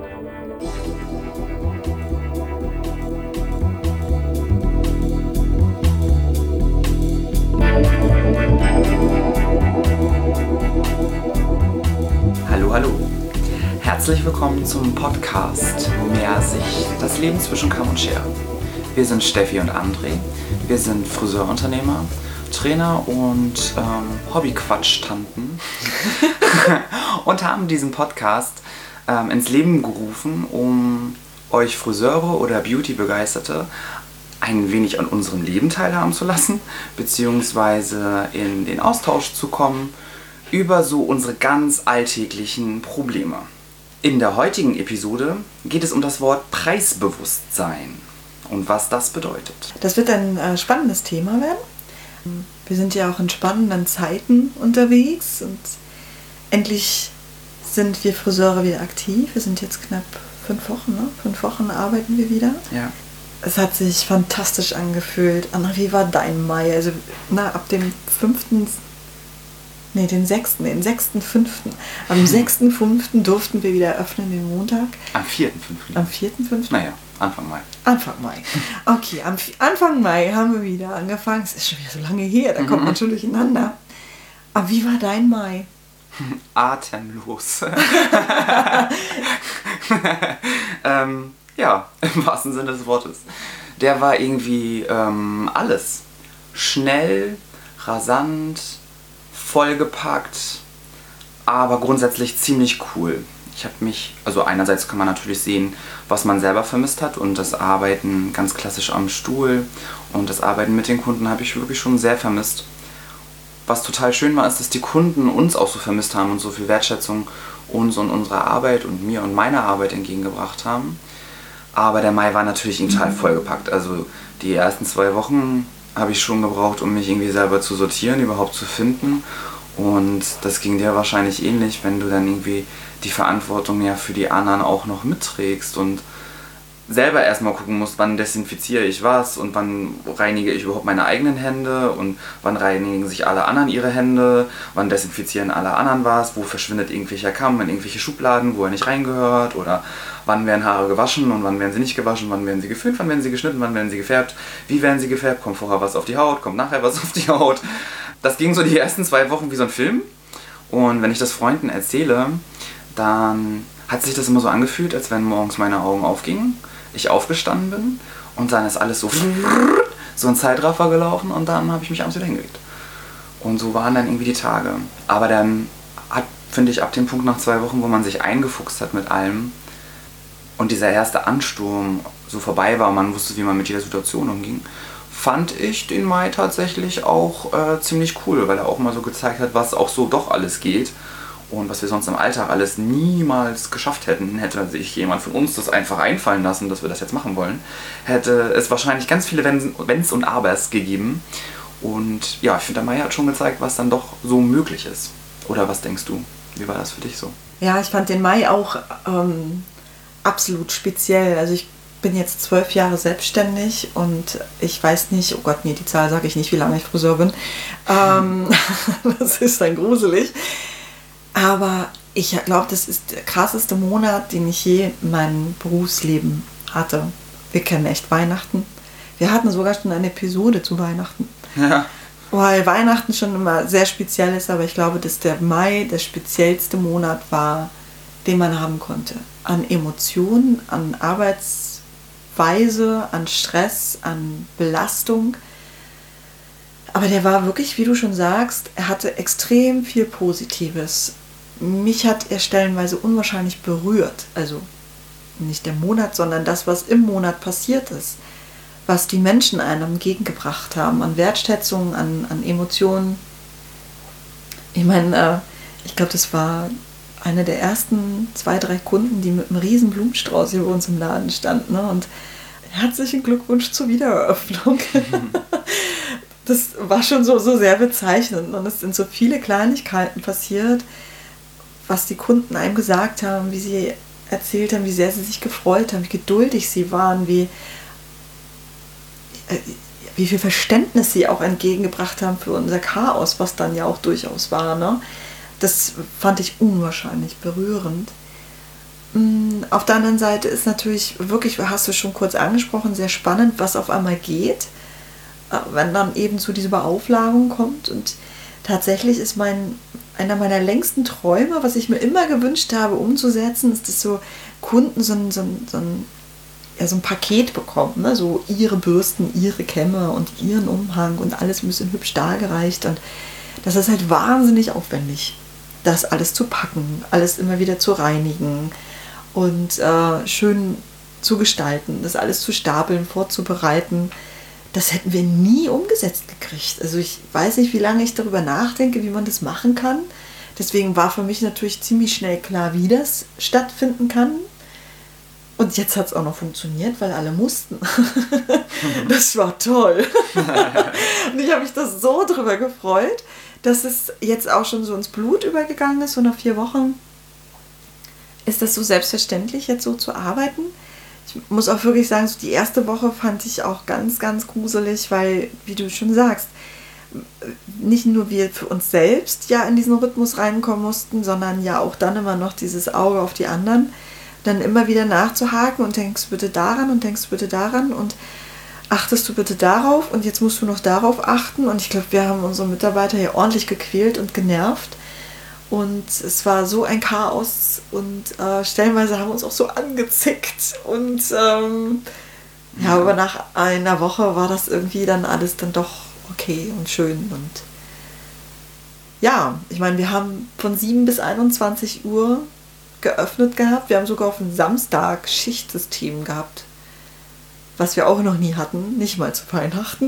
Hallo, hallo. Herzlich willkommen zum Podcast Mehrsicht, das Leben zwischen Kamm und Schere. Wir sind Steffi und André. Wir sind Friseurunternehmer, Trainer und Hobbyquatschtanten und haben diesen Podcast ins Leben gerufen, um euch Friseure oder Beauty-Begeisterte ein wenig an unserem Leben teilhaben zu lassen, beziehungsweise in den Austausch zu kommen über so unsere ganz alltäglichen Probleme. In der heutigen Episode geht es um das Wort Preisbewusstsein und was das bedeutet. Das wird ein spannendes Thema werden. Wir sind ja auch in spannenden Zeiten unterwegs und endlich sind wir Friseure wieder aktiv. Wir sind jetzt knapp 5 Wochen, ne? 5 Wochen arbeiten wir wieder. Ja. Es hat sich fantastisch angefühlt. Anna, wie war dein Mai? Also ab dem 6.5. Am 6.5. durften wir wieder öffnen, den Montag. Am 4.5. Am 4.5. Naja, Anfang Mai. Anfang Mai. Okay, am Anfang Mai haben wir wieder angefangen. Es ist schon wieder so lange her, da kommt man schon durcheinander. Aber wie war dein Mai? Atemlos. Ja, im wahrsten Sinne des Wortes. Der war irgendwie alles. Schnell, rasant, vollgepackt, aber grundsätzlich ziemlich cool. Ich habe mich, also einerseits kann man natürlich sehen, was man selber vermisst hat, und das Arbeiten ganz klassisch am Stuhl und das Arbeiten mit den Kunden habe ich wirklich schon sehr vermisst. Was total schön war, ist, dass die Kunden uns auch so vermisst haben und so viel Wertschätzung uns und unserer Arbeit und mir und meiner Arbeit entgegengebracht haben. Aber der Mai war natürlich total vollgepackt. Also die ersten 2 Wochen habe ich schon gebraucht, um mich irgendwie selber zu sortieren, überhaupt zu finden. Und das ging dir wahrscheinlich ähnlich, wenn du dann irgendwie die Verantwortung ja für die anderen auch noch mitträgst und selber erstmal gucken musst, wann desinfiziere ich was und wann reinige ich überhaupt meine eigenen Hände und wann reinigen sich alle anderen ihre Hände, wann desinfizieren alle anderen was, wo verschwindet irgendwelcher Kamm in irgendwelche Schubladen, wo er nicht reingehört, oder wann werden Haare gewaschen und wann werden sie nicht gewaschen, wann werden sie geföhnt, wann werden sie geschnitten, wann werden sie gefärbt, wie werden sie gefärbt, kommt vorher was auf die Haut, kommt nachher was auf die Haut. Das ging so die ersten 2 Wochen wie so ein Film, und wenn ich das Freunden erzähle, dann hat sich das immer so angefühlt, als wenn morgens meine Augen aufgingen, ich aufgestanden bin und dann ist alles so ein Zeitraffer gelaufen und dann habe ich mich abends wieder hingelegt. Und so waren dann irgendwie die Tage. Aber dann finde ich, ab dem Punkt nach 2 Wochen, wo man sich eingefuchst hat mit allem und dieser erste Ansturm so vorbei war und man wusste, wie man mit jeder Situation umging, fand ich den Mai tatsächlich auch ziemlich cool, weil er auch mal so gezeigt hat, was auch so doch alles geht. Und was wir sonst im Alltag alles niemals geschafft hätten, hätte sich jemand von uns das einfach einfallen lassen, dass wir das jetzt machen wollen, hätte es wahrscheinlich ganz viele Wenns und Abers gegeben. Und ja, ich finde, der Mai hat schon gezeigt, was dann doch so möglich ist. Oder was denkst du? Wie war das für dich so? Ja, ich fand den Mai auch absolut speziell. Also ich bin jetzt 12 Jahre selbstständig und ich weiß nicht, oh Gott, nee, die Zahl sage ich nicht, wie lange ich Friseur bin. Das ist dann gruselig. Aber ich glaube, das ist der krasseste Monat, den ich je in meinem Berufsleben hatte. Wir kennen echt Weihnachten. Wir hatten sogar schon eine Episode zu Weihnachten. Ja. Weil Weihnachten schon immer sehr speziell ist, aber ich glaube, dass der Mai der speziellste Monat war, den man haben konnte. An Emotionen, an Arbeitsweise, an Stress, an Belastung. Aber der war wirklich, wie du schon sagst, er hatte extrem viel Positives. Mich hat er stellenweise unwahrscheinlich berührt. Also nicht der Monat, sondern das, was im Monat passiert ist. Was die Menschen einem entgegengebracht haben. An Wertschätzung, an Emotionen. Ich meine, ich glaube, das war eine der ersten 2, 3 Kunden, die mit einem riesen Blumenstrauß hier bei uns im Laden standen. Ne? Und herzlichen Glückwunsch zur Wiedereröffnung. Das war schon so sehr bezeichnend. Und es sind so viele Kleinigkeiten passiert, was die Kunden einem gesagt haben, wie sie erzählt haben, wie sehr sie sich gefreut haben, wie geduldig sie waren, wie viel Verständnis sie auch entgegengebracht haben für unser Chaos, was dann ja auch durchaus war. Ne? Das fand ich unwahrscheinlich berührend. Auf der anderen Seite ist natürlich wirklich, hast du schon kurz angesprochen, sehr spannend, was auf einmal geht, wenn dann eben zu dieser Beauflagung kommt. Und tatsächlich ist einer meiner längsten Träume, was ich mir immer gewünscht habe umzusetzen, ist, dass so Kunden so ein Paket bekommen, ne? So ihre Bürsten, ihre Kämme und ihren Umhang und alles ein bisschen hübsch dargereicht. Und das ist halt wahnsinnig aufwendig, das alles zu packen, alles immer wieder zu reinigen und schön zu gestalten, das alles zu stapeln, vorzubereiten. Das hätten wir nie umgesetzt gekriegt. Also ich weiß nicht, wie lange ich darüber nachdenke, wie man das machen kann. Deswegen war für mich natürlich ziemlich schnell klar, wie das stattfinden kann. Und jetzt hat es auch noch funktioniert, weil alle mussten. Das war toll. Und ich habe mich da so drüber gefreut, dass es jetzt auch schon so ins Blut übergegangen ist. So nach 4 Wochen ist das so selbstverständlich, jetzt so zu arbeiten. Ich muss auch wirklich sagen, so die erste Woche fand ich auch ganz, ganz gruselig, weil, wie du schon sagst, nicht nur wir für uns selbst ja in diesen Rhythmus reinkommen mussten, sondern ja auch dann immer noch dieses Auge auf die anderen, dann immer wieder nachzuhaken und denkst bitte daran und denkst bitte daran und achtest du bitte darauf und jetzt musst du noch darauf achten. Und ich glaube, wir haben unsere Mitarbeiter hier ordentlich gequält und genervt. Und es war so ein Chaos und stellenweise haben wir uns auch so angezickt. Und aber nach einer Woche war das irgendwie dann alles dann doch okay und schön. Und ja, ich meine, wir haben von 7 bis 21 Uhr geöffnet gehabt. Wir haben sogar auf den Samstag Schichtsystem gehabt, was wir auch noch nie hatten, nicht mal zu Weihnachten.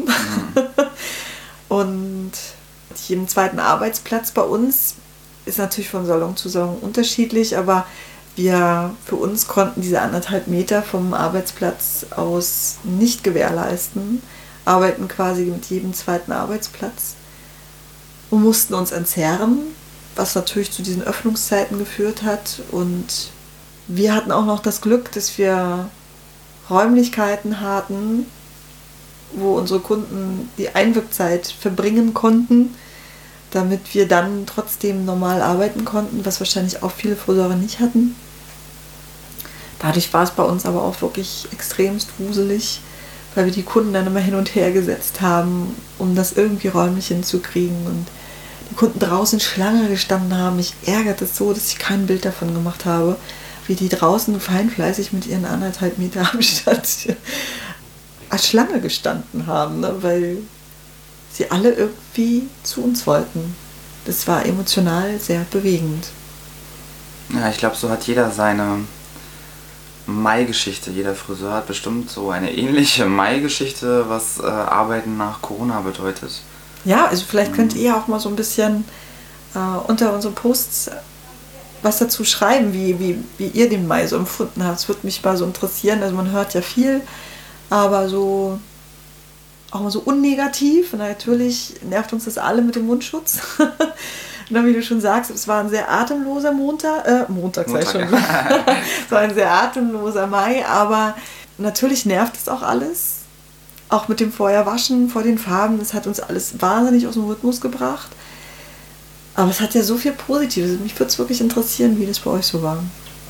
Und jeden zweiten Arbeitsplatz bei uns ist natürlich von Salon zu Salon unterschiedlich, aber wir für uns konnten diese 1,5 Meter vom Arbeitsplatz aus nicht gewährleisten, arbeiten quasi mit jedem zweiten Arbeitsplatz und mussten uns entzerren, was natürlich zu diesen Öffnungszeiten geführt hat. Und wir hatten auch noch das Glück, dass wir Räumlichkeiten hatten, wo unsere Kunden die Einwirkzeit verbringen konnten, damit wir dann trotzdem normal arbeiten konnten, was wahrscheinlich auch viele Friseure nicht hatten. Dadurch war es bei uns aber auch wirklich extremst wuselig, weil wir die Kunden dann immer hin und her gesetzt haben, um das irgendwie räumlich hinzukriegen. Und die Kunden draußen Schlange gestanden haben. Mich ärgert es so, dass ich kein Bild davon gemacht habe, wie die draußen feinfleißig mit ihren 1,5 Meter Abstand als Schlange gestanden haben, ne? Weil sie alle irgendwie zu uns wollten. Das war emotional sehr bewegend. Ja, ich glaube, so hat jeder seine Mai-Geschichte. Jeder Friseur hat bestimmt so eine ähnliche Mai-Geschichte, was Arbeiten nach Corona bedeutet. Ja, also vielleicht könnt ihr auch mal so ein bisschen unter unseren Posts was dazu schreiben, wie ihr den Mai so empfunden habt. Das würde mich mal so interessieren. Also man hört ja viel, aber so auch mal so unnegativ. Und natürlich nervt uns das alle mit dem Mundschutz. Und dann, wie du schon sagst, es war ein sehr atemloser Montag sei schon. Es war ein sehr atemloser Mai, aber natürlich nervt es auch alles. Auch mit dem Vorherwaschen vor den Farben, das hat uns alles wahnsinnig aus dem Rhythmus gebracht. Aber es hat ja so viel Positives. Mich würde es wirklich interessieren, wie das bei euch so war.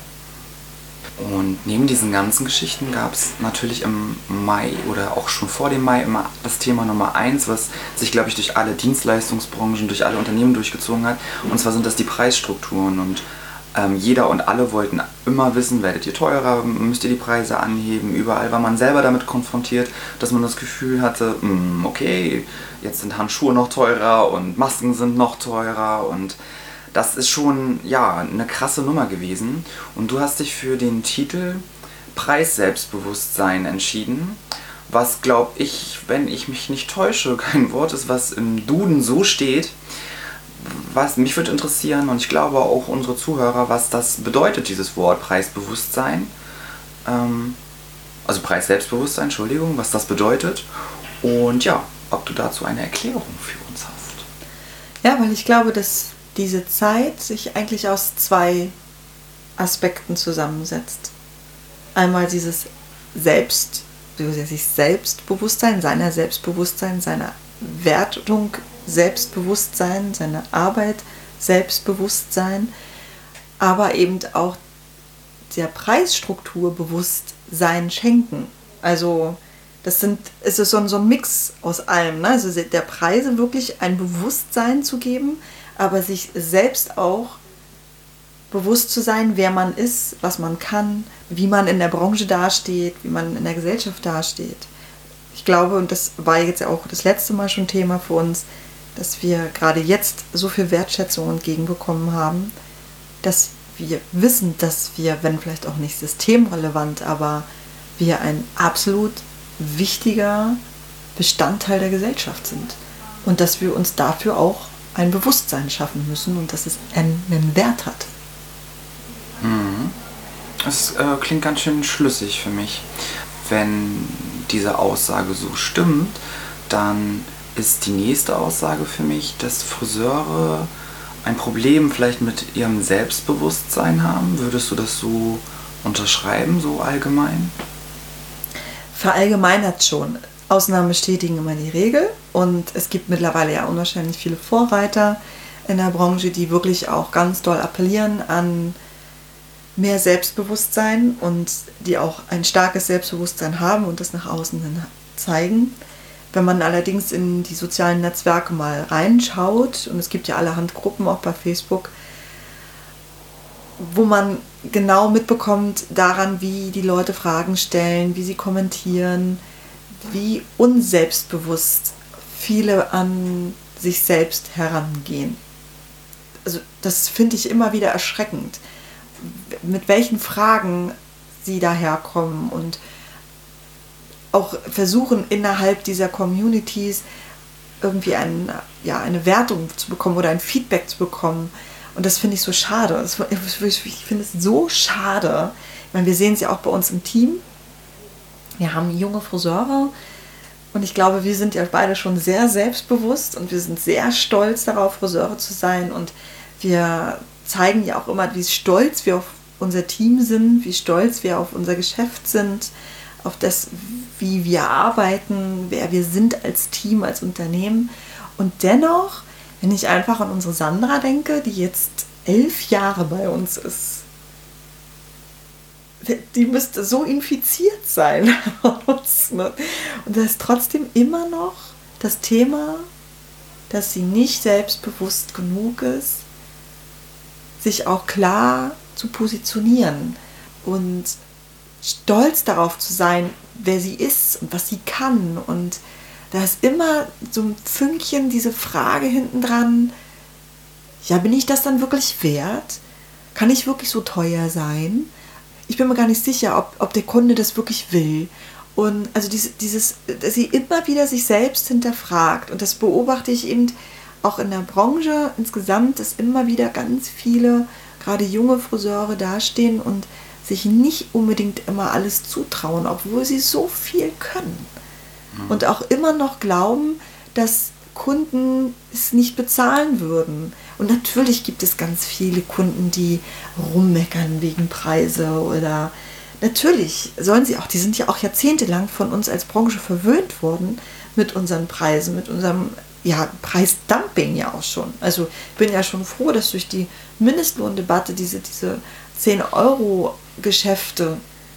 Und neben diesen ganzen Geschichten gab es natürlich im Mai oder auch schon vor dem Mai immer das Thema Nummer 1, was sich, glaube ich, durch alle Dienstleistungsbranchen, durch alle Unternehmen durchgezogen hat. Und zwar sind das die Preisstrukturen. Und jeder und alle wollten immer wissen, werdet ihr teurer, müsst ihr die Preise anheben. Überall war man selber damit konfrontiert, dass man das Gefühl hatte, okay, jetzt sind Handschuhe noch teurer und Masken sind noch teurer. Und das ist schon, ja, eine krasse Nummer gewesen. Und du hast dich für den Titel Preisselbstbewusstsein entschieden, was, glaube ich, wenn ich mich nicht täusche, kein Wort ist, was im Duden so steht. Was mich würde interessieren, und ich glaube auch unsere Zuhörer, was das bedeutet, dieses Wort Preisbewusstsein. Also Preisselbstbewusstsein, Entschuldigung, was das bedeutet. Und ja, ob du dazu eine Erklärung für uns hast. Ja, weil ich glaube, dass diese Zeit sich eigentlich aus 2 Aspekten zusammensetzt. Einmal dieses sich Selbstbewusstsein, seiner Selbstbewusstsein, seiner Wertung Selbstbewusstsein, seine Arbeit Selbstbewusstsein, aber eben auch der Preisstruktur Bewusstsein schenken. Also es ist so ein Mix aus allem. Ne? Also der Preise wirklich ein Bewusstsein zu geben, aber sich selbst auch bewusst zu sein, wer man ist, was man kann, wie man in der Branche dasteht, wie man in der Gesellschaft dasteht. Ich glaube, und das war jetzt auch das letzte Mal schon Thema für uns, dass wir gerade jetzt so viel Wertschätzung entgegenbekommen haben, dass wir wissen, dass wir, wenn vielleicht auch nicht systemrelevant, aber wir ein absolut wichtiger Bestandteil der Gesellschaft sind. Und dass wir uns dafür auch ein Bewusstsein schaffen müssen und dass es einen Wert hat. Das klingt ganz schön schlüssig für mich. Wenn diese Aussage so stimmt, dann ist die nächste Aussage für mich, dass Friseure ein Problem vielleicht mit ihrem Selbstbewusstsein haben. Würdest du das so unterschreiben, so allgemein? Verallgemeinert schon. Ausnahmen bestätigen immer die Regel und es gibt mittlerweile ja unwahrscheinlich viele Vorreiter in der Branche, die wirklich auch ganz doll appellieren an mehr Selbstbewusstsein und die auch ein starkes Selbstbewusstsein haben und das nach außen hin zeigen. Wenn man allerdings in die sozialen Netzwerke mal reinschaut, und es gibt ja allerhand Gruppen auch bei Facebook, wo man genau mitbekommt daran, wie die Leute Fragen stellen, wie sie kommentieren, wie unselbstbewusst viele an sich selbst herangehen. Also das finde ich immer wieder erschreckend, mit welchen Fragen sie daherkommen und auch versuchen innerhalb dieser Communities irgendwie eine Wertung zu bekommen oder ein Feedback zu bekommen. Und das finde ich so schade. Ich finde es so schade. Ich meine, wir sehen es ja auch bei uns im Team. Wir haben junge Friseure und ich glaube, wir sind ja beide schon sehr selbstbewusst und wir sind sehr stolz darauf, Friseure zu sein. Und wir zeigen ja auch immer, wie stolz wir auf unser Team sind, wie stolz wir auf unser Geschäft sind, auf das, wie wir arbeiten, wer wir sind als Team, als Unternehmen. Und dennoch, wenn ich einfach an unsere Sandra denke, die jetzt 11 Jahre bei uns ist, die müsste so infiziert sein von uns. Ne? Und da ist trotzdem immer noch das Thema, dass sie nicht selbstbewusst genug ist, sich auch klar zu positionieren und stolz darauf zu sein, wer sie ist und was sie kann. Und da ist immer so ein Fünkchen diese Frage hinten dran, ja, bin ich das dann wirklich wert? Kann ich wirklich so teuer sein? Ich bin mir gar nicht sicher, ob der Kunde das wirklich will. Und also dass sie immer wieder sich selbst hinterfragt. Und das beobachte ich eben auch in der Branche insgesamt, dass immer wieder ganz viele, gerade junge Friseure dastehen und sich nicht unbedingt immer alles zutrauen, obwohl sie so viel können. Und auch immer noch glauben, dass Kunden es nicht bezahlen würden. Und natürlich gibt es ganz viele Kunden, die rummeckern wegen Preise oder natürlich sollen sie auch, die sind ja auch jahrzehntelang von uns als Branche verwöhnt worden mit unseren Preisen, mit unserem Preisdumping ja auch schon. Also ich bin ja schon froh, dass durch die Mindestlohndebatte diese 10-Euro-Geschäfte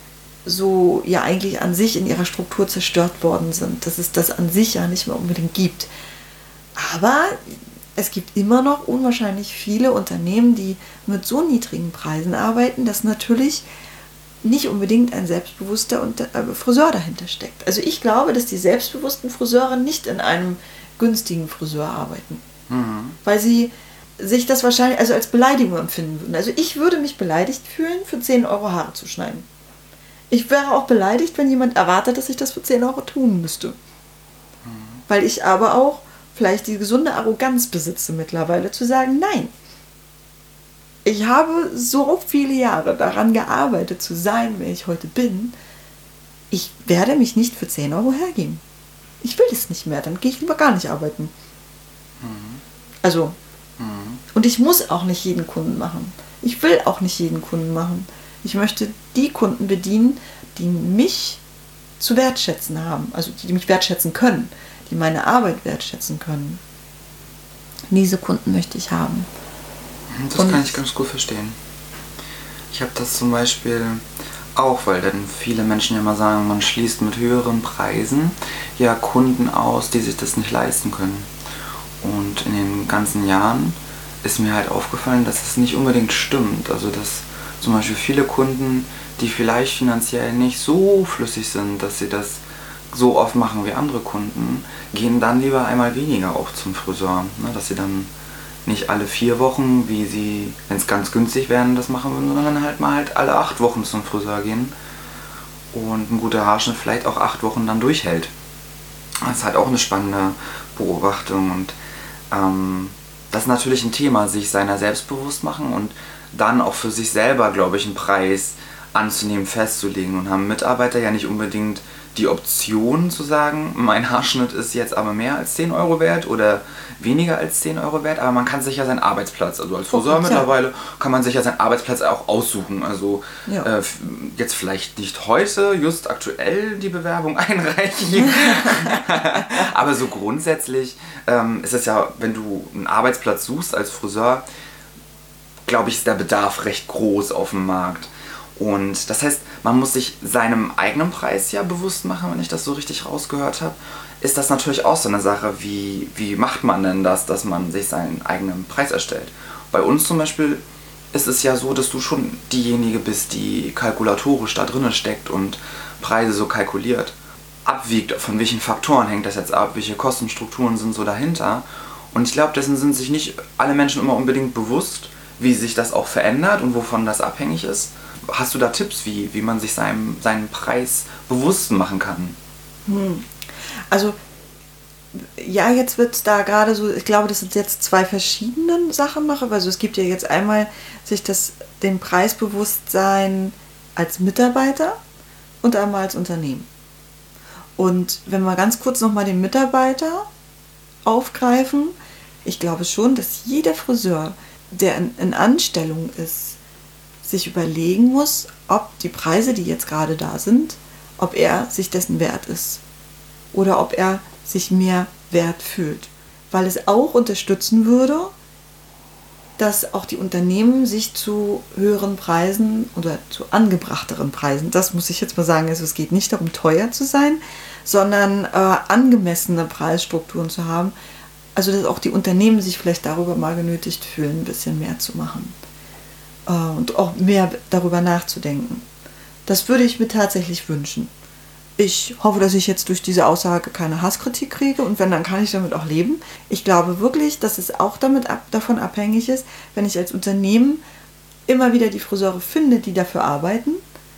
so ja eigentlich an sich in ihrer Struktur zerstört worden sind, dass es das an sich ja nicht mehr unbedingt gibt. Aber es gibt immer noch unwahrscheinlich viele Unternehmen, die mit so niedrigen Preisen arbeiten, dass natürlich nicht unbedingt ein selbstbewusster Friseur dahinter steckt. Also ich glaube, dass die selbstbewussten Friseure nicht in einem günstigen Friseur arbeiten, weil sie sich das wahrscheinlich also als Beleidigung empfinden würden. Also ich würde mich beleidigt fühlen, für 10 Euro Haare zu schneiden. Ich wäre auch beleidigt, wenn jemand erwartet, dass ich das für 10 Euro tun müsste. Weil ich aber auch vielleicht die gesunde Arroganz besitze mittlerweile, zu sagen, nein. Ich habe so viele Jahre daran gearbeitet, zu sein, wer ich heute bin. Ich werde mich nicht für 10 Euro hergeben. Ich will das nicht mehr, dann gehe ich lieber gar nicht arbeiten. Also, und ich muss auch nicht jeden Kunden machen. Ich will auch nicht jeden Kunden machen. Ich möchte die Kunden bedienen, die mich zu wertschätzen haben, also die mich wertschätzen können, die meine Arbeit wertschätzen können. Diese Kunden möchte ich haben. Das kann ich ganz gut verstehen. Ich habe das zum Beispiel auch, weil dann viele Menschen ja mal sagen, man schließt mit höheren Preisen ja Kunden aus, die sich das nicht leisten können. Und in den ganzen Jahren ist mir halt aufgefallen, dass es nicht unbedingt stimmt. Also dass zum Beispiel viele Kunden, die vielleicht finanziell nicht so flüssig sind, dass sie das so oft machen wie andere Kunden, gehen dann lieber einmal weniger auch zum Friseur. Ne? Dass sie dann nicht alle 4 Wochen, wie sie, wenn es ganz günstig wäre, das machen würden, sondern halt alle 8 Wochen zum Friseur gehen und ein guter Haarschnitt vielleicht auch 8 Wochen dann durchhält. Das ist halt auch eine spannende Beobachtung und das ist natürlich ein Thema, sich seiner selbst bewusst machen und dann auch für sich selber, glaube ich, einen Preis anzunehmen, festzulegen und haben Mitarbeiter ja nicht unbedingt die Option zu sagen, mein Haarschnitt ist jetzt aber mehr als 10 Euro wert oder weniger als 10 Euro wert, aber man kann sich ja seinen Arbeitsplatz, also als Friseur mittlerweile, kann man sich ja seinen Arbeitsplatz auch aussuchen. Also jetzt vielleicht nicht heute, just aktuell die Bewerbung einreichen, aber so grundsätzlich ist es ja, wenn du einen Arbeitsplatz suchst als Friseur, glaube ich, ist der Bedarf recht groß auf dem Markt. Und das heißt, man muss sich seinem eigenen Preis ja bewusst machen, wenn ich das so richtig rausgehört habe. Ist das natürlich auch so eine Sache, wie macht man denn das, dass man sich seinen eigenen Preis erstellt? Bei uns zum Beispiel ist es ja so, dass du schon diejenige bist, die kalkulatorisch da drinnen steckt und Preise so kalkuliert. Abwiegt, von welchen Faktoren hängt das jetzt ab, welche Kostenstrukturen sind so dahinter. Und ich glaube, dessen sind sich nicht alle Menschen immer unbedingt bewusst, wie sich das auch verändert und wovon das abhängig ist. Hast du da Tipps, wie man sich seinen Preis bewusst machen kann? Also, ja, jetzt wird es da gerade so, ich glaube, das sind jetzt 2 verschiedene Sachen noch. Also es gibt ja jetzt einmal sich den Preisbewusstsein als Mitarbeiter und einmal als Unternehmen. Und wenn wir ganz kurz nochmal den Mitarbeiter aufgreifen, ich glaube schon, dass jeder Friseur, der in Anstellung ist, sich überlegen muss, ob die Preise, die jetzt gerade da sind, ob er sich dessen wert ist oder ob er sich mehr wert fühlt. Weil es auch unterstützen würde, dass auch die Unternehmen sich zu höheren Preisen oder zu angebrachteren Preisen, das muss ich jetzt mal sagen, also es geht nicht darum, teuer zu sein, sondern angemessene Preisstrukturen zu haben. Also dass auch die Unternehmen sich vielleicht darüber mal genötigt fühlen, ein bisschen mehr zu machen. Und auch mehr darüber nachzudenken. Das würde ich mir tatsächlich wünschen. Ich hoffe, dass ich jetzt durch diese Aussage keine Hasskritik kriege und wenn, dann kann ich damit auch leben. Ich glaube wirklich, dass es auch davon abhängig ist, wenn ich als Unternehmen immer wieder die Friseure finde, die dafür arbeiten,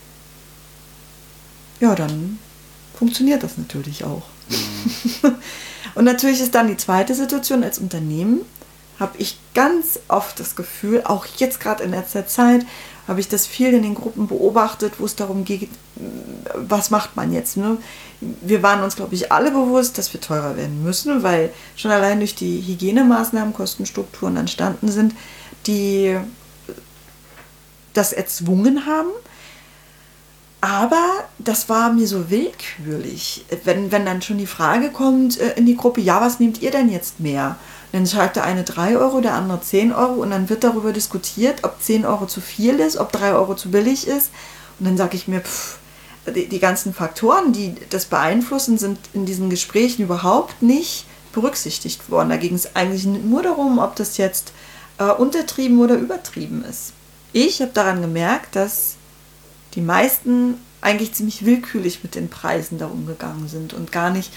ja, dann funktioniert das natürlich auch. Und natürlich ist dann die zweite Situation als Unternehmen, habe ich ganz oft das Gefühl, auch jetzt gerade in letzter Zeit, habe ich das viel in den Gruppen beobachtet, wo es darum geht, was macht man jetzt. Ne? Wir waren uns, glaube ich, alle bewusst, dass wir teurer werden müssen, weil schon allein durch die Hygienemaßnahmen Kostenstrukturen entstanden sind, die das erzwungen haben. Aber das war mir so willkürlich, wenn dann schon die Frage kommt in die Gruppe, ja, was nehmt ihr denn jetzt mehr? Dann schreibt der eine 3 Euro, der andere 10 Euro und dann wird darüber diskutiert, ob 10 Euro zu viel ist, ob 3 Euro zu billig ist. Und dann sage ich mir, die ganzen Faktoren, die das beeinflussen, sind in diesen Gesprächen überhaupt nicht berücksichtigt worden. Da ging es eigentlich nur darum, ob das jetzt untertrieben oder übertrieben ist. Ich habe daran gemerkt, dass die meisten eigentlich ziemlich willkürlich mit den Preisen da umgegangen sind und gar nicht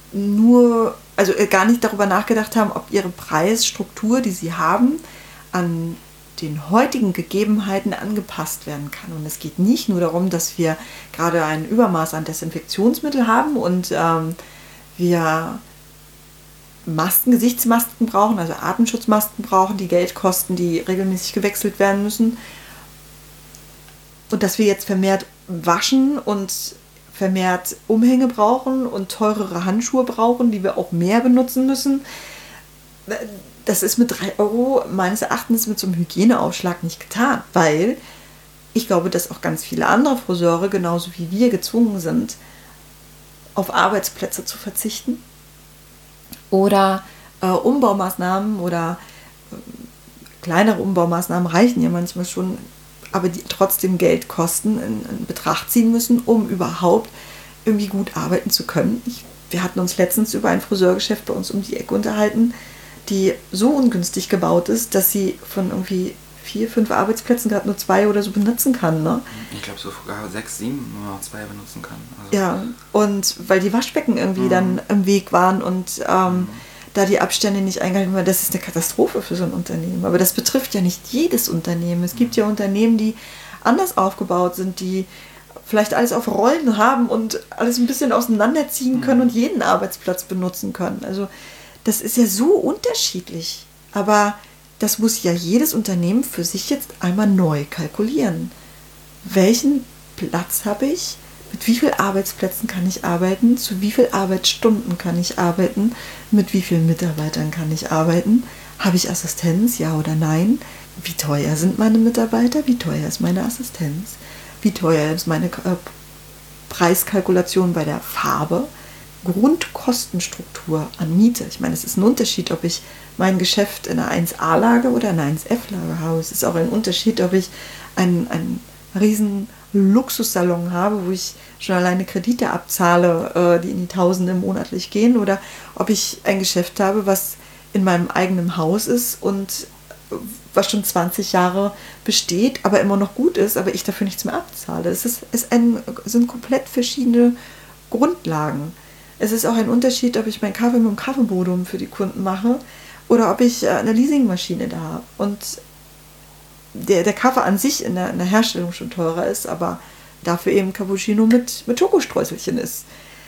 darüber nachgedacht haben, ob ihre Preisstruktur, die sie haben, an den heutigen Gegebenheiten angepasst werden kann. Und es geht nicht nur darum, dass wir gerade ein Übermaß an Desinfektionsmittel haben und wir Gesichtsmasken brauchen, also Atemschutzmasken brauchen, die Geld kosten, die regelmäßig gewechselt werden müssen. Und dass wir jetzt vermehrt waschen und vermehrt Umhänge brauchen und teurere Handschuhe brauchen, die wir auch mehr benutzen müssen. Das ist mit 3 Euro meines Erachtens mit so einem Hygieneaufschlag nicht getan, weil ich glaube, dass auch ganz viele andere Friseure, genauso wie wir, gezwungen sind, auf Arbeitsplätze zu verzichten oder Umbaumaßnahmen oder kleinere Umbaumaßnahmen reichen ja manchmal schon, aber die trotzdem Geld kosten, in Betracht ziehen müssen, um überhaupt irgendwie gut arbeiten zu können. Wir hatten uns letztens über ein Friseurgeschäft bei uns um die Ecke unterhalten, die so ungünstig gebaut ist, dass sie von irgendwie 4, 5 Arbeitsplätzen gerade nur 2 oder so benutzen kann. Ne? Ich glaube sogar 6, 7 nur noch 2 benutzen kann. Also ja, und weil die Waschbecken irgendwie dann im Weg waren und da die Abstände nicht eingehalten waren, das ist eine Katastrophe für so ein Unternehmen. Aber das betrifft ja nicht jedes Unternehmen. Es gibt ja Unternehmen, die anders aufgebaut sind, die vielleicht alles auf Rollen haben und alles ein bisschen auseinanderziehen können und jeden Arbeitsplatz benutzen können. Also das ist ja so unterschiedlich. Aber das muss ja jedes Unternehmen für sich jetzt einmal neu kalkulieren. Welchen Platz habe ich? Mit wie vielen Arbeitsplätzen kann ich arbeiten? Zu wie vielen Arbeitsstunden kann ich arbeiten? Mit wie vielen Mitarbeitern kann ich arbeiten? Habe ich Assistenz, ja oder nein? Wie teuer sind meine Mitarbeiter? Wie teuer ist meine Assistenz? Wie teuer ist meine Preiskalkulation bei der Farbe? Grundkostenstruktur an Miete. Ich meine, es ist ein Unterschied, ob ich mein Geschäft in einer 1A-Lage oder in einer 1F-Lage habe. Es ist auch ein Unterschied, ob ich einen riesen Luxussalon habe, wo ich schon alleine Kredite abzahle, die in die Tausende monatlich gehen, oder ob ich ein Geschäft habe, was in meinem eigenen Haus ist und was schon 20 Jahre besteht, aber immer noch gut ist, aber ich dafür nichts mehr abzahle. Es sind komplett verschiedene Grundlagen. Es ist auch ein Unterschied, ob ich meinen Kaffee mit dem Kaffeeboden für die Kunden mache oder ob ich eine Leasingmaschine da habe. Und der Kaffee an sich in der Herstellung schon teurer ist, aber dafür eben Cappuccino mit Schokostreuselchen ist.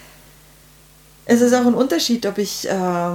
Es ist auch ein Unterschied, ob ich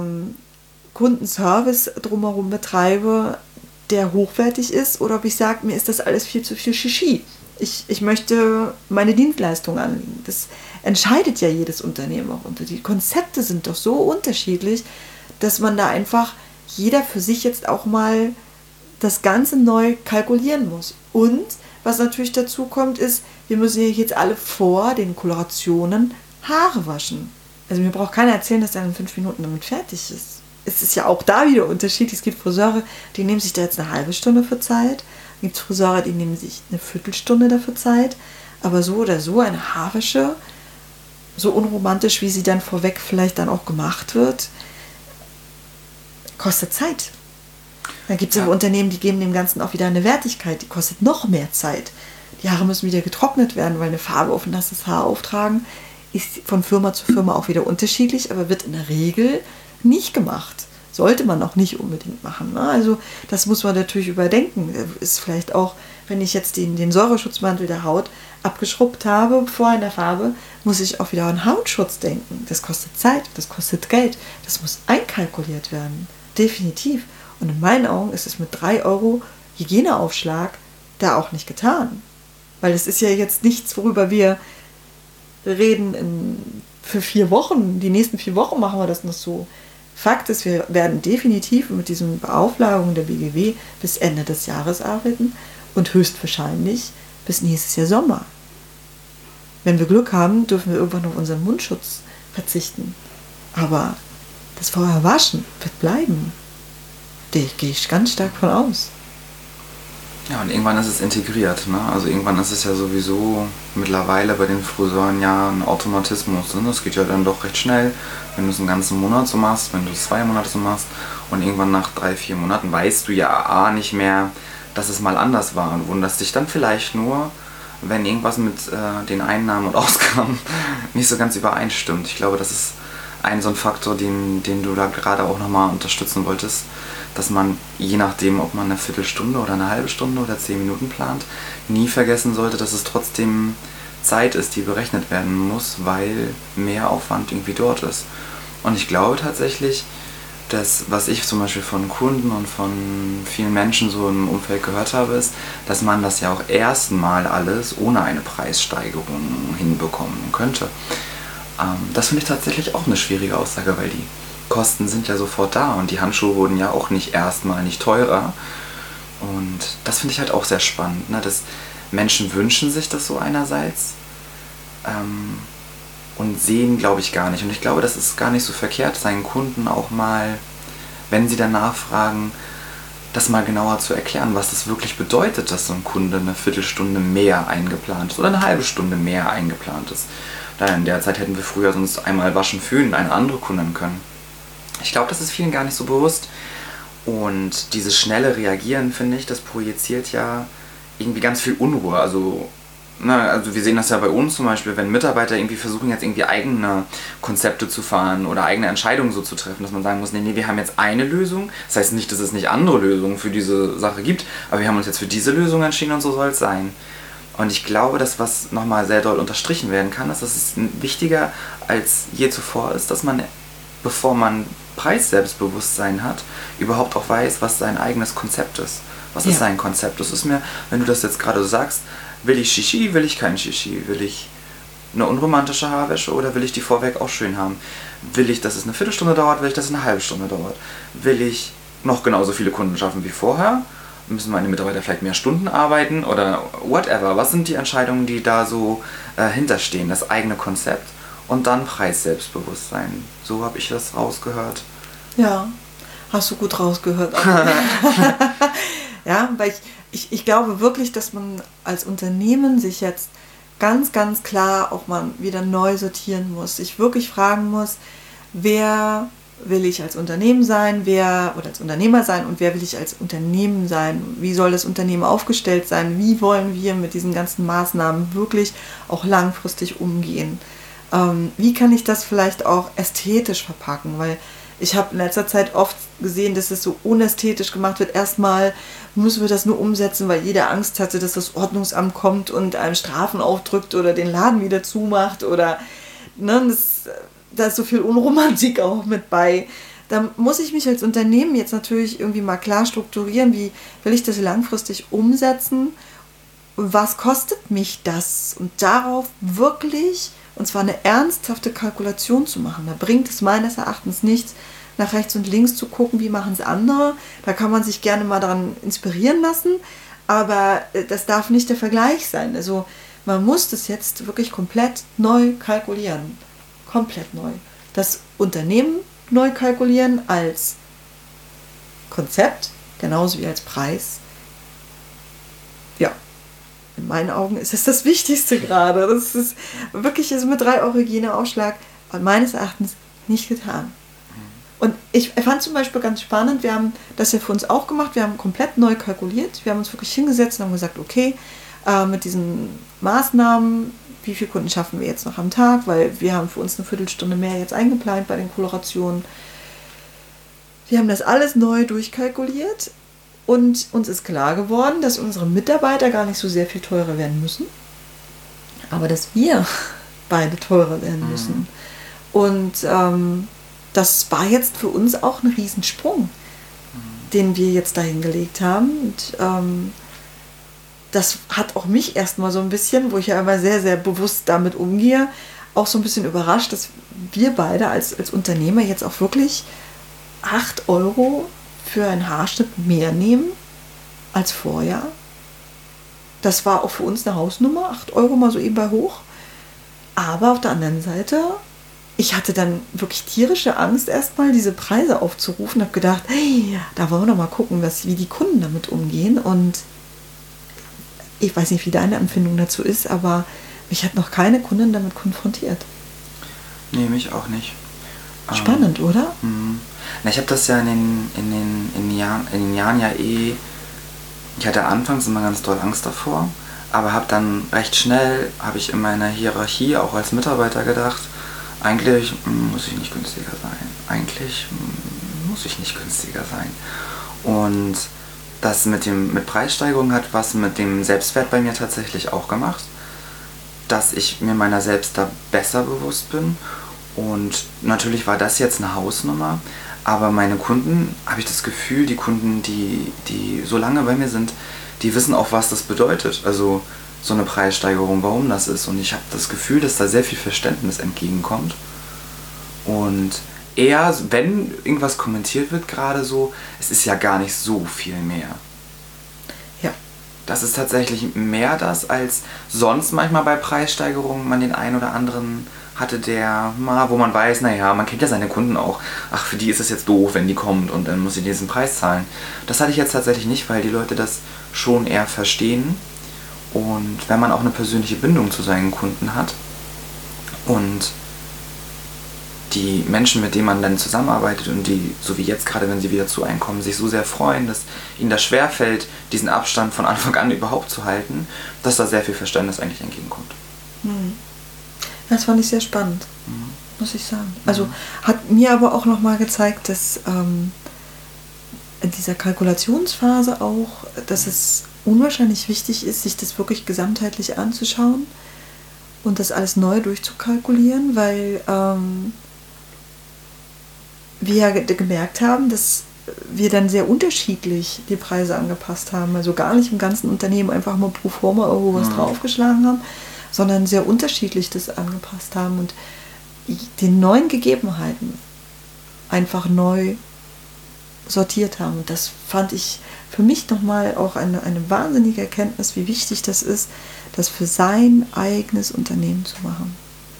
Kundenservice drumherum betreibe, der hochwertig ist, oder ob ich sage, mir ist das alles viel zu viel Shishi. Ich möchte meine Dienstleistung anlegen. Das entscheidet ja jedes Unternehmen auch unter. Die Konzepte sind doch so unterschiedlich, dass man da einfach jeder für sich jetzt auch mal das Ganze neu kalkulieren muss. Und was natürlich dazu kommt, ist, wir müssen jetzt alle vor den Kolorationen Haare waschen. Also mir braucht keiner erzählen, dass er in 5 Minuten damit fertig ist. Es ist ja auch da wieder unterschiedlich. Es gibt Friseure, die nehmen sich da jetzt eine halbe Stunde für Zeit. Es gibt Friseure, die nehmen sich eine Viertelstunde dafür Zeit. Aber so oder so eine Haarwäsche, so unromantisch, wie sie dann vorweg vielleicht dann auch gemacht wird, kostet Zeit. Dann gibt es aber Unternehmen, die geben dem Ganzen auch wieder eine Wertigkeit. Die kostet noch mehr Zeit. Die Haare müssen wieder getrocknet werden, weil eine Farbe auf ein nasses Haar auftragen ist von Firma zu Firma auch wieder unterschiedlich, aber wird in der Regel nicht gemacht. Sollte man auch nicht unbedingt machen. Ne? Also das muss man natürlich überdenken. Ist vielleicht auch, wenn ich jetzt den Säureschutzmantel der Haut abgeschrubbt habe vor einer Farbe, muss ich auch wieder an Hautschutz denken. Das kostet Zeit, das kostet Geld. Das muss einkalkuliert werden. Definitiv. Und in meinen Augen ist es mit 3 Euro Hygieneaufschlag da auch nicht getan. Weil es ist ja jetzt nichts, worüber wir reden für 4 Wochen. Die nächsten 4 Wochen machen wir das noch so. Fakt ist, wir werden definitiv mit diesen Beauflagungen der BGW bis Ende des Jahres arbeiten und höchstwahrscheinlich bis nächstes Jahr Sommer. Wenn wir Glück haben, dürfen wir irgendwann auf unseren Mundschutz verzichten. Aber das vorher Waschen wird bleiben. Da gehe ich ganz stark von aus. Ja, und irgendwann ist es integriert. Ne? Also irgendwann ist es ja sowieso mittlerweile bei den Friseuren ja ein Automatismus. Ne? Das geht ja dann doch recht schnell, wenn du es einen ganzen Monat so machst, wenn du es 2 Monate so machst. Und irgendwann nach 3, 4 Monaten weißt du ja nicht mehr, dass es mal anders war. Und wunderst dich dann vielleicht nur, wenn irgendwas mit den Einnahmen und Ausgaben nicht so ganz übereinstimmt. Ich glaube, das ist so ein Faktor, den du da gerade auch nochmal unterstützen wolltest, dass man, je nachdem, ob man eine Viertelstunde oder eine halbe Stunde oder 10 Minuten plant, nie vergessen sollte, dass es trotzdem Zeit ist, die berechnet werden muss, weil mehr Aufwand irgendwie dort ist. Und ich glaube tatsächlich, dass, was ich zum Beispiel von Kunden und von vielen Menschen so im Umfeld gehört habe, ist, dass man das ja auch erstmal alles ohne eine Preissteigerung hinbekommen könnte. Das finde ich tatsächlich auch eine schwierige Aussage, weil die Kosten sind ja sofort da und die Handschuhe wurden ja auch nicht teurer. Und das finde ich halt auch sehr spannend, ne? Dass Menschen wünschen sich das so einerseits und sehen, glaube ich, gar nicht. Und ich glaube, das ist gar nicht so verkehrt, seinen Kunden auch mal, wenn sie danach fragen, das mal genauer zu erklären, was das wirklich bedeutet, dass so ein Kunde eine Viertelstunde mehr eingeplant ist oder eine halbe Stunde mehr eingeplant ist. Da in der Zeit hätten wir früher sonst einmal waschen, föhnen, eine andere Kundin können. Ich glaube, das ist vielen gar nicht so bewusst. Und dieses schnelle Reagieren, finde ich, das projiziert ja irgendwie ganz viel Unruhe. Also wir sehen das ja bei uns zum Beispiel, wenn Mitarbeiter irgendwie versuchen, jetzt irgendwie eigene Konzepte zu fahren oder eigene Entscheidungen so zu treffen, dass man sagen muss, nee, wir haben jetzt eine Lösung. Das heißt nicht, dass es nicht andere Lösungen für diese Sache gibt, aber wir haben uns jetzt für diese Lösung entschieden und so soll es sein. Und ich glaube, dass was nochmal sehr doll unterstrichen werden kann, ist, dass es wichtiger als je zuvor ist, dass man, bevor man Preisselbstbewusstsein hat, überhaupt auch weiß, was sein eigenes Konzept ist. Was ist sein Konzept? Das ist mir, wenn du das jetzt gerade so sagst, will ich Shishi, will ich kein Shishi? Will ich eine unromantische Haarwäsche oder will ich die vorweg auch schön haben? Will ich, dass es eine Viertelstunde dauert? Will ich, dass es eine halbe Stunde dauert? Will ich noch genauso viele Kunden schaffen wie vorher? Müssen meine Mitarbeiter vielleicht mehr Stunden arbeiten oder whatever? Was sind die Entscheidungen, die da so hinterstehen? Das eigene Konzept und dann Preisselbstbewusstsein. So habe ich das rausgehört. Ja, hast du gut rausgehört. Ja, weil ich glaube wirklich, dass man als Unternehmen sich jetzt ganz, ganz klar auch mal wieder neu sortieren muss. Sich wirklich fragen muss, wer will ich als Unternehmen sein, oder als Unternehmer sein und wer will ich als Unternehmen sein? Wie soll das Unternehmen aufgestellt sein? Wie wollen wir mit diesen ganzen Maßnahmen wirklich auch langfristig umgehen? Wie kann ich das vielleicht auch ästhetisch verpacken? Weil ich habe in letzter Zeit oft gesehen, dass es so unästhetisch gemacht wird. Erstmal müssen wir das nur umsetzen, weil jeder Angst hatte, dass das Ordnungsamt kommt und einem Strafen aufdrückt oder den Laden wieder zumacht oder da ist so viel Unromantik auch mit bei. Da muss ich mich als Unternehmen jetzt natürlich irgendwie mal klar strukturieren, wie will ich das langfristig umsetzen, was kostet mich das und darauf wirklich, und zwar eine ernsthafte Kalkulation zu machen. Da bringt es meines Erachtens nichts, nach rechts und links zu gucken, wie machen es andere. Da kann man sich gerne mal daran inspirieren lassen, aber das darf nicht der Vergleich sein. Also man muss das jetzt wirklich komplett neu kalkulieren. Komplett neu. Das Unternehmen neu kalkulieren als Konzept, genauso wie als Preis. Ja, in meinen Augen ist es das Wichtigste gerade. Das ist wirklich mit 3 € Hygieneaufschlag meines Erachtens nicht getan. Und ich fand zum Beispiel ganz spannend, wir haben das ja für uns auch gemacht, wir haben komplett neu kalkuliert, wir haben uns wirklich hingesetzt und haben gesagt, okay, mit diesen Maßnahmen, wie viele Kunden schaffen wir jetzt noch am Tag, weil wir haben für uns eine Viertelstunde mehr jetzt eingeplant bei den Kolorationen. Wir haben das alles neu durchkalkuliert und uns ist klar geworden, dass unsere Mitarbeiter gar nicht so sehr viel teurer werden müssen, aber dass wir beide teurer werden müssen. Und das war jetzt für uns auch ein Riesensprung, den wir jetzt dahin gelegt haben. Und das hat auch mich erstmal so ein bisschen, wo ich ja immer sehr, sehr bewusst damit umgehe, auch so ein bisschen überrascht, dass wir beide als Unternehmer jetzt auch wirklich 8 € für einen Haarschnitt mehr nehmen als vorher. Das war auch für uns eine Hausnummer, 8 € mal so eben bei hoch. Aber auf der anderen Seite, ich hatte dann wirklich tierische Angst, erstmal diese Preise aufzurufen. Habe gedacht, hey, da wollen wir doch mal gucken, wie die Kunden damit umgehen. Und ich weiß nicht, wie deine Empfindung dazu ist, aber mich hat noch keine Kundin damit konfrontiert. Nee, mich auch nicht. Spannend, oder? Ich habe das ja in den Jahren ja ich hatte anfangs immer ganz doll Angst davor, aber habe dann recht schnell, habe ich in meiner Hierarchie auch als Mitarbeiter gedacht, eigentlich muss ich nicht günstiger sein. Eigentlich muss ich nicht günstiger sein. Und das mit Preissteigerung hat was mit dem Selbstwert bei mir tatsächlich auch gemacht, dass ich mir meiner selbst da besser bewusst bin. Und natürlich war das jetzt eine Hausnummer, aber meine Kunden, habe ich das Gefühl, die Kunden, die so lange bei mir sind, die wissen auch, was das bedeutet. Also so eine Preissteigerung, warum das ist. Und ich habe das Gefühl, dass da sehr viel Verständnis entgegenkommt. Und eher, wenn irgendwas kommentiert wird, gerade so, es ist ja gar nicht so viel mehr. Ja. Das ist tatsächlich mehr das, als sonst manchmal bei Preissteigerungen man den einen oder anderen hatte der mal, wo man weiß, naja, man kennt ja seine Kunden auch. Ach, für die ist es jetzt doof, wenn die kommt und dann muss sie diesen Preis zahlen. Das hatte ich jetzt tatsächlich nicht, weil die Leute das schon eher verstehen. Und wenn man auch eine persönliche Bindung zu seinen Kunden hat und die Menschen, mit denen man dann zusammenarbeitet und die, so wie jetzt gerade, wenn sie wieder zu einem kommen, sich so sehr freuen, dass ihnen das schwerfällt, diesen Abstand von Anfang an überhaupt zu halten, dass da sehr viel Verständnis eigentlich entgegenkommt. Das fand ich sehr spannend, muss ich sagen. Also hat mir aber auch nochmal gezeigt, dass in dieser Kalkulationsphase auch, dass es unwahrscheinlich wichtig ist, sich das wirklich gesamtheitlich anzuschauen und das alles neu durchzukalkulieren, weil wir ja gemerkt haben, dass wir dann sehr unterschiedlich die Preise angepasst haben. Also gar nicht im ganzen Unternehmen einfach mal pro forma irgendwo was draufgeschlagen haben, sondern sehr unterschiedlich das angepasst haben und den neuen Gegebenheiten einfach neu sortiert haben. Und das fand ich für mich nochmal auch eine wahnsinnige Erkenntnis, wie wichtig das ist, das für sein eigenes Unternehmen zu machen.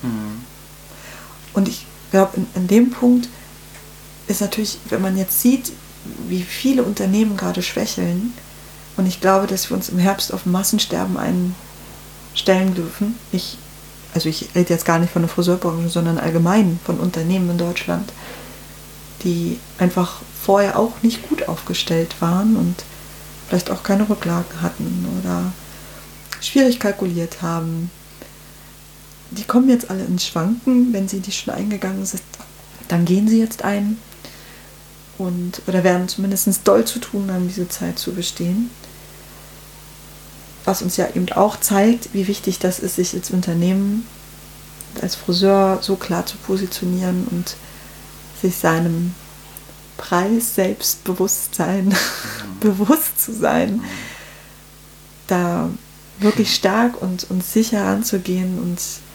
Und ich glaube, in dem Punkt ist natürlich, wenn man jetzt sieht, wie viele Unternehmen gerade schwächeln, und ich glaube, dass wir uns im Herbst auf Massensterben einstellen dürfen. Ich rede jetzt gar nicht von der Friseurbranche, sondern allgemein von Unternehmen in Deutschland, die einfach vorher auch nicht gut aufgestellt waren und vielleicht auch keine Rücklagen hatten oder schwierig kalkuliert haben. Die kommen jetzt alle ins Schwanken, wenn sie die schon eingegangen sind, dann gehen sie jetzt ein oder werden zumindest doll zu tun haben, diese Zeit zu bestehen. Was uns ja eben auch zeigt, wie wichtig das ist, sich als Unternehmen, als Friseur so klar zu positionieren und sich seinem Preis Selbstbewusstsein bewusst zu sein, da wirklich stark und sicher anzugehen und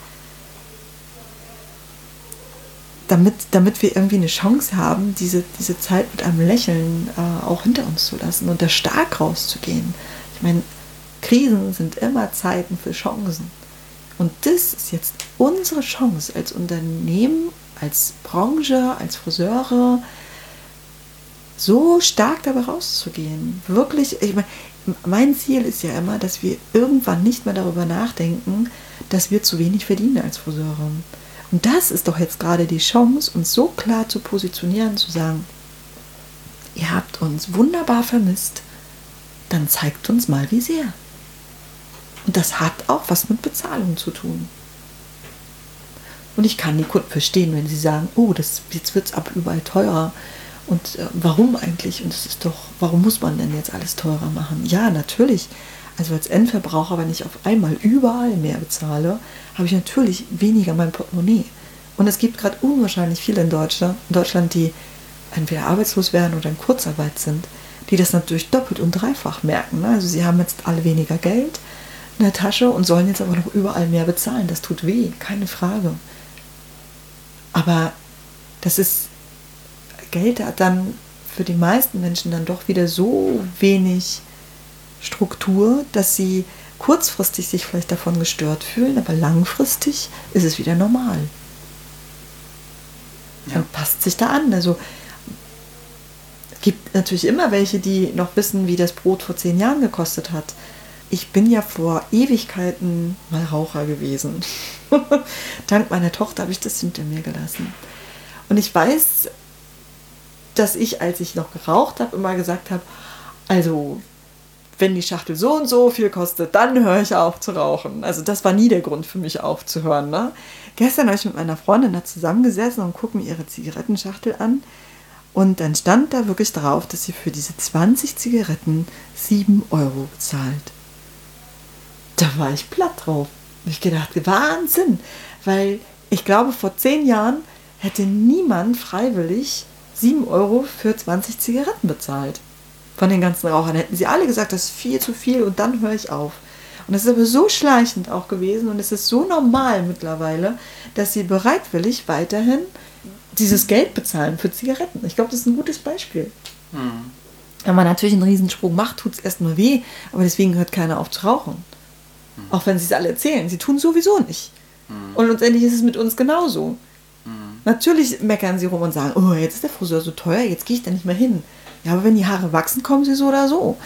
damit wir irgendwie eine Chance haben, diese Zeit mit einem Lächeln auch hinter uns zu lassen und da stark rauszugehen. Ich meine, Krisen sind immer Zeiten für Chancen. Und das ist jetzt unsere Chance als Unternehmen, als Branche, als Friseure, so stark dabei rauszugehen. Wirklich, ich meine, mein Ziel ist ja immer, dass wir irgendwann nicht mehr darüber nachdenken, dass wir zu wenig verdienen als Friseure. Und das ist doch jetzt gerade die Chance, uns so klar zu positionieren, zu sagen, ihr habt uns wunderbar vermisst, dann zeigt uns mal, wie sehr. Und das hat auch was mit Bezahlung zu tun. Und ich kann die Kunden verstehen, wenn sie sagen, oh, jetzt wird es ab überall teurer. Und warum eigentlich? Und es ist doch, warum muss man denn jetzt alles teurer machen? Ja, natürlich. Also als Endverbraucher, wenn ich auf einmal überall mehr bezahle, habe ich natürlich weniger mein Portemonnaie. Und es gibt gerade unwahrscheinlich viele in Deutschland, die entweder arbeitslos werden oder in Kurzarbeit sind, die das natürlich doppelt und dreifach merken. Also sie haben jetzt alle weniger Geld in der Tasche und sollen jetzt aber noch überall mehr bezahlen. Das tut weh, keine Frage. Aber das ist, Geld hat dann für die meisten Menschen dann doch wieder so wenig Struktur, dass sie kurzfristig sich vielleicht davon gestört fühlen, aber langfristig ist es wieder normal. Man passt sich da an. Also es gibt natürlich immer welche, die noch wissen, wie das Brot vor 10 Jahren gekostet hat. Ich bin ja vor Ewigkeiten mal Raucher gewesen. Dank meiner Tochter habe ich das hinter mir gelassen. Und ich weiß, dass ich, als ich noch geraucht habe, immer gesagt habe, also wenn die Schachtel so und so viel kostet, dann höre ich auf zu rauchen. Also das war nie der Grund für mich aufzuhören. Ne? Gestern habe ich mit meiner Freundin da zusammengesessen und gucke mir ihre Zigarettenschachtel an. Und dann stand da wirklich drauf, dass sie für diese 20 Zigaretten 7 Euro bezahlt. Da war ich platt drauf. Ich gedacht, Wahnsinn. Weil ich glaube, vor 10 Jahren hätte niemand freiwillig 7 Euro für 20 Zigaretten bezahlt. Von den ganzen Rauchern hätten sie alle gesagt, das ist viel zu viel und dann höre ich auf. Und das ist aber so schleichend auch gewesen und es ist so normal mittlerweile, dass sie bereitwillig weiterhin dieses Geld bezahlen für Zigaretten. Ich glaube, das ist ein gutes Beispiel. Wenn man natürlich einen Riesensprung macht, tut es erst nur weh, aber deswegen hört keiner auf zu rauchen. Auch wenn sie es alle erzählen, sie tun sowieso nicht. Und letztendlich ist es mit uns genauso. Natürlich meckern sie rum und sagen, oh, jetzt ist der Friseur so teuer, jetzt gehe ich da nicht mehr hin. Ja, aber wenn die Haare wachsen, kommen sie so oder so.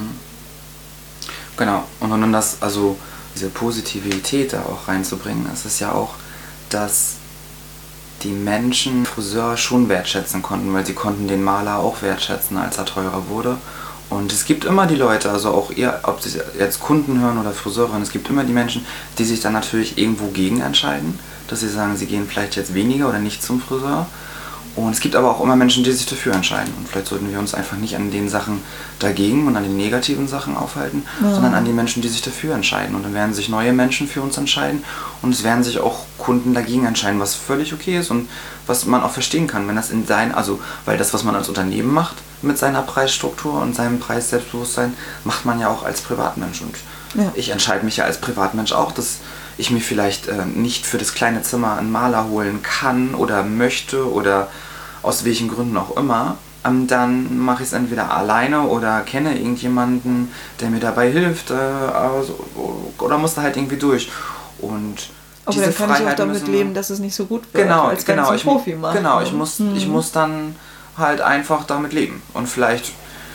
Genau. Und dann also diese Positivität da auch reinzubringen, das ist ja auch, dass die Menschen Friseur schon wertschätzen konnten, weil sie konnten den Maler auch wertschätzen, als er teurer wurde. Und es gibt immer die Leute, also auch ihr, ob sie jetzt Kunden hören oder Friseurinnen, es gibt immer die Menschen, die sich dann natürlich irgendwo gegen entscheiden, dass sie sagen, sie gehen vielleicht jetzt weniger oder nicht zum Friseur. Und es gibt aber auch immer Menschen, die sich dafür entscheiden. Und vielleicht sollten wir uns einfach nicht an den Sachen dagegen und an den negativen Sachen aufhalten, sondern an die Menschen, die sich dafür entscheiden. Und dann werden sich neue Menschen für uns entscheiden und es werden sich auch Kunden dagegen entscheiden, was völlig okay ist und was man auch verstehen kann, wenn das weil das, was man als Unternehmen macht mit seiner Preisstruktur und seinem Preisselbstbewusstsein, macht man ja auch als Privatmensch. Und ich entscheide mich ja als Privatmensch auch, dass ich mir vielleicht nicht für das kleine Zimmer einen Maler holen kann oder möchte oder aus welchen Gründen auch immer, dann mache ich es entweder alleine oder kenne irgendjemanden, der mir dabei hilft oder muss da halt irgendwie durch. Und aber diese dann kann Freiheit ich auch damit leben, dass es nicht so gut wird, als wenn es ein Profi macht. Genau, ich muss dann halt einfach damit leben. Und vielleicht,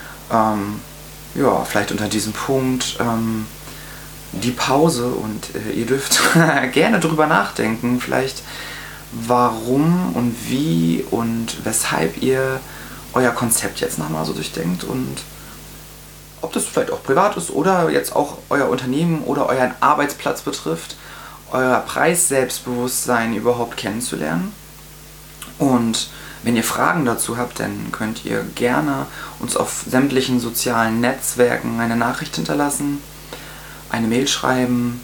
vielleicht unter diesem Punkt die Pause und ihr dürft gerne drüber nachdenken, vielleicht warum und wie und weshalb ihr euer Konzept jetzt nochmal so durchdenkt und ob das vielleicht auch privat ist oder jetzt auch euer Unternehmen oder euren Arbeitsplatz betrifft, euer Preisselbstbewusstsein überhaupt kennenzulernen. Und wenn ihr Fragen dazu habt, dann könnt ihr gerne uns auf sämtlichen sozialen Netzwerken eine Nachricht hinterlassen, eine Mail schreiben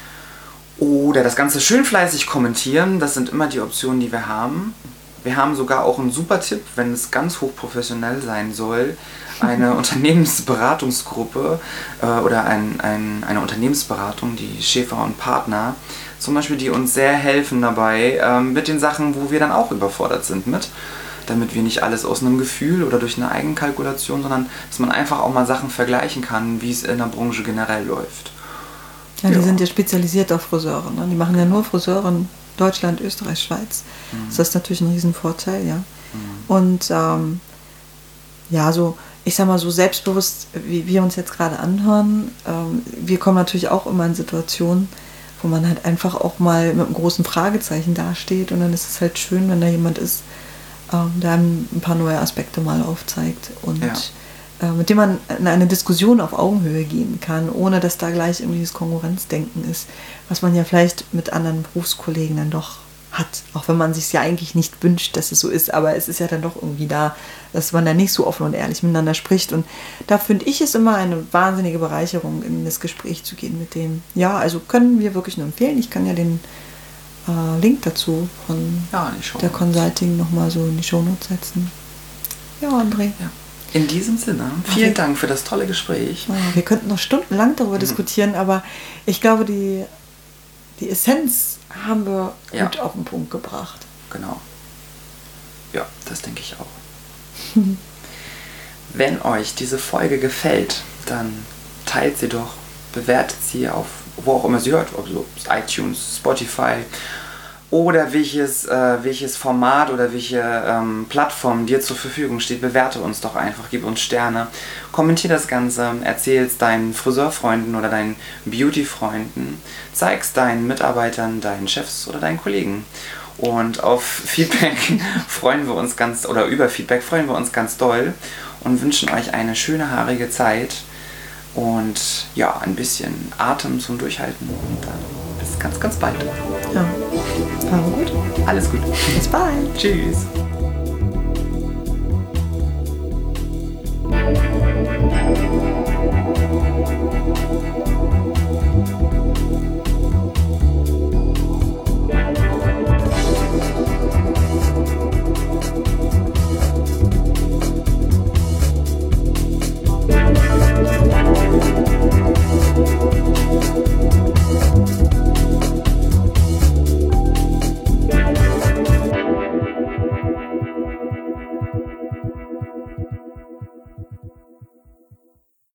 oder das Ganze schön fleißig kommentieren. Das sind immer die Optionen, die wir haben. Wir haben sogar auch einen super Tipp, wenn es ganz hochprofessionell sein soll, eine Unternehmensberatungsgruppe oder eine Unternehmensberatung, die Schäfer und Partner, zum Beispiel, die uns sehr helfen dabei mit den Sachen, wo wir dann auch überfordert sind mit, damit wir nicht alles aus einem Gefühl oder durch eine Eigenkalkulation, sondern dass man einfach auch mal Sachen vergleichen kann, wie es in der Branche generell läuft. Ja, die sind ja spezialisiert auf Friseure. Ne? Die machen ja nur Friseure in Deutschland, Österreich, Schweiz. Das ist natürlich ein Riesenvorteil, ja. Und so, ich sag mal, so selbstbewusst, wie wir uns jetzt gerade anhören, wir kommen natürlich auch immer in Situationen, wo man halt einfach auch mal mit einem großen Fragezeichen dasteht und dann ist es halt schön, wenn da jemand ist, der einem ein paar neue Aspekte mal aufzeigt und mit dem man in eine Diskussion auf Augenhöhe gehen kann, ohne dass da gleich irgendwie das Konkurrenzdenken ist, was man ja vielleicht mit anderen Berufskollegen dann doch hat, auch wenn man sich ja eigentlich nicht wünscht, dass es so ist, aber es ist ja dann doch irgendwie da, dass man da nicht so offen und ehrlich miteinander spricht und da finde ich es immer eine wahnsinnige Bereicherung, in das Gespräch zu gehen mit dem. Ja, also können wir wirklich nur empfehlen. Ich kann ja den Link dazu von der Consulting nochmal so in die Shownotes setzen. Ja, André. Ja. In diesem Sinne, vielen Dank für das tolle Gespräch. Wir könnten noch stundenlang darüber diskutieren, aber ich glaube, die Essenz haben wir gut auf den Punkt gebracht. Genau. Ja, das denke ich auch. Wenn euch diese Folge gefällt, dann teilt sie doch, bewertet sie auf wo auch immer sie hört, ob so iTunes, Spotify oder welches Format oder welche Plattform dir zur Verfügung steht, bewerte uns doch einfach, gib uns Sterne, kommentier das Ganze, erzähl es deinen Friseurfreunden oder deinen Beauty-Freunden, zeig's deinen Mitarbeitern, deinen Chefs oder deinen Kollegen. Und auf Feedback freuen wir uns über Feedback freuen wir uns ganz doll und wünschen euch eine schöne, haarige Zeit und ja, ein bisschen Atem zum Durchhalten und dann bis ganz, ganz bald. Ja, war gut. Alles gut. Bis bald. Tschüss.